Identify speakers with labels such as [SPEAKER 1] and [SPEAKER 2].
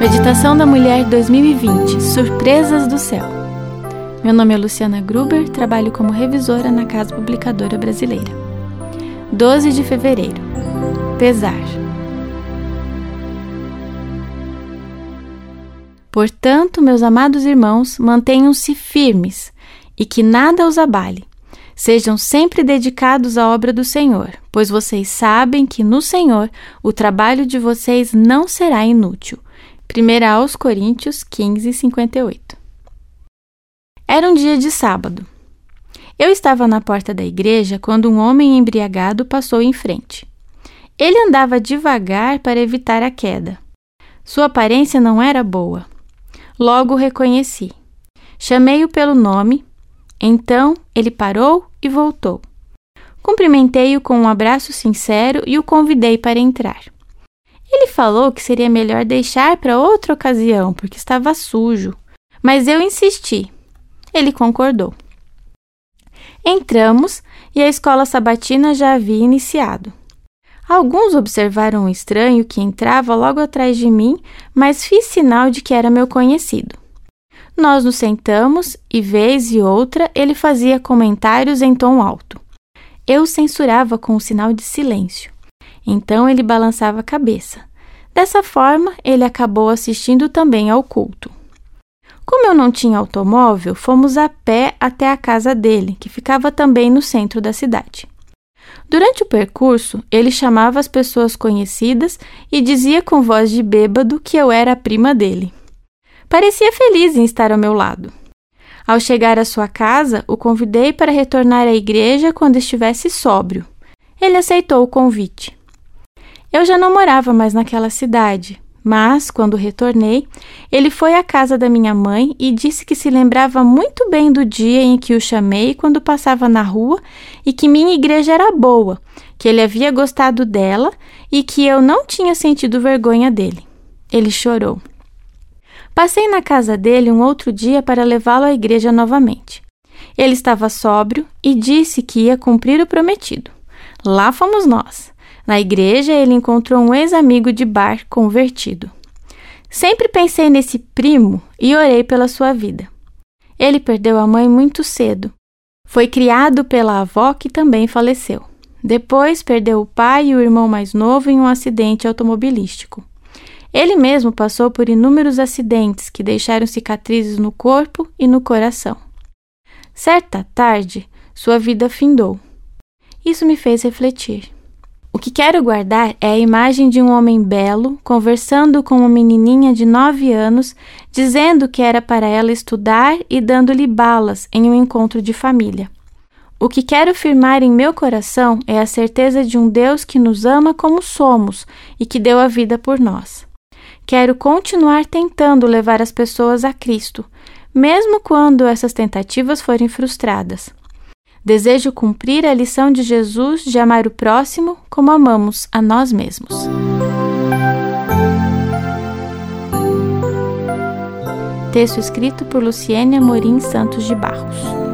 [SPEAKER 1] Meditação da Mulher 2020 – Surpresas do Céu. Meu nome é Luciana Gruber, trabalho como revisora na Casa Publicadora Brasileira. 12 de fevereiro. Pesar. Portanto, meus amados irmãos, mantenham-se firmes e que nada os abale. Sejam sempre dedicados à obra do Senhor, pois vocês sabem que no Senhor o trabalho de vocês não será inútil. 1 aos Coríntios 15:58. Era um dia de sábado. Eu estava na porta da igreja quando um homem embriagado passou em frente. Ele andava devagar para evitar a queda. Sua aparência não era boa. Logo o reconheci. Chamei-o pelo nome. Então ele parou e voltou. Cumprimentei-o com um abraço sincero e o convidei para entrar. Ele falou que seria melhor deixar para outra ocasião, porque estava sujo. Mas eu insisti. Ele concordou. Entramos e a escola sabatina já havia iniciado. Alguns observaram um estranho que entrava logo atrás de mim, mas fiz sinal de que era meu conhecido. Nós nos sentamos e, vez e outra, ele fazia comentários em tom alto. Eu o censurava com um sinal de silêncio. Então ele balançava a cabeça. Dessa forma, ele acabou assistindo também ao culto. Como eu não tinha automóvel, fomos a pé até a casa dele, que ficava também no centro da cidade. Durante o percurso, ele chamava as pessoas conhecidas e dizia com voz de bêbado que eu era a prima dele. Parecia feliz em estar ao meu lado. Ao chegar à sua casa, o convidei para retornar à igreja quando estivesse sóbrio. Ele aceitou o convite. Eu já não morava mais naquela cidade, mas, quando retornei, ele foi à casa da minha mãe e disse que se lembrava muito bem do dia em que o chamei quando passava na rua e que minha igreja era boa, que ele havia gostado dela e que eu não tinha sentido vergonha dele. Ele chorou. Passei na casa dele um outro dia para levá-lo à igreja novamente. Ele estava sóbrio e disse que ia cumprir o prometido. Lá fomos nós. Na igreja, ele encontrou um ex-amigo de bar convertido. Sempre pensei nesse primo e orei pela sua vida. Ele perdeu a mãe muito cedo. Foi criado pela avó, que também faleceu. Depois, perdeu o pai e o irmão mais novo em um acidente automobilístico. Ele mesmo passou por inúmeros acidentes que deixaram cicatrizes no corpo e no coração. Certa tarde, sua vida findou. Isso me fez refletir. O que quero guardar é a imagem de um homem belo conversando com uma menininha de 9 anos, dizendo que era para ela estudar e dando-lhe balas em um encontro de família. O que quero firmar em meu coração é a certeza de um Deus que nos ama como somos e que deu a vida por nós. Quero continuar tentando levar as pessoas a Cristo, mesmo quando essas tentativas forem frustradas. Desejo cumprir a lição de Jesus de amar o próximo como amamos a nós mesmos. Texto escrito por Luciene Amorim Santos de Barros.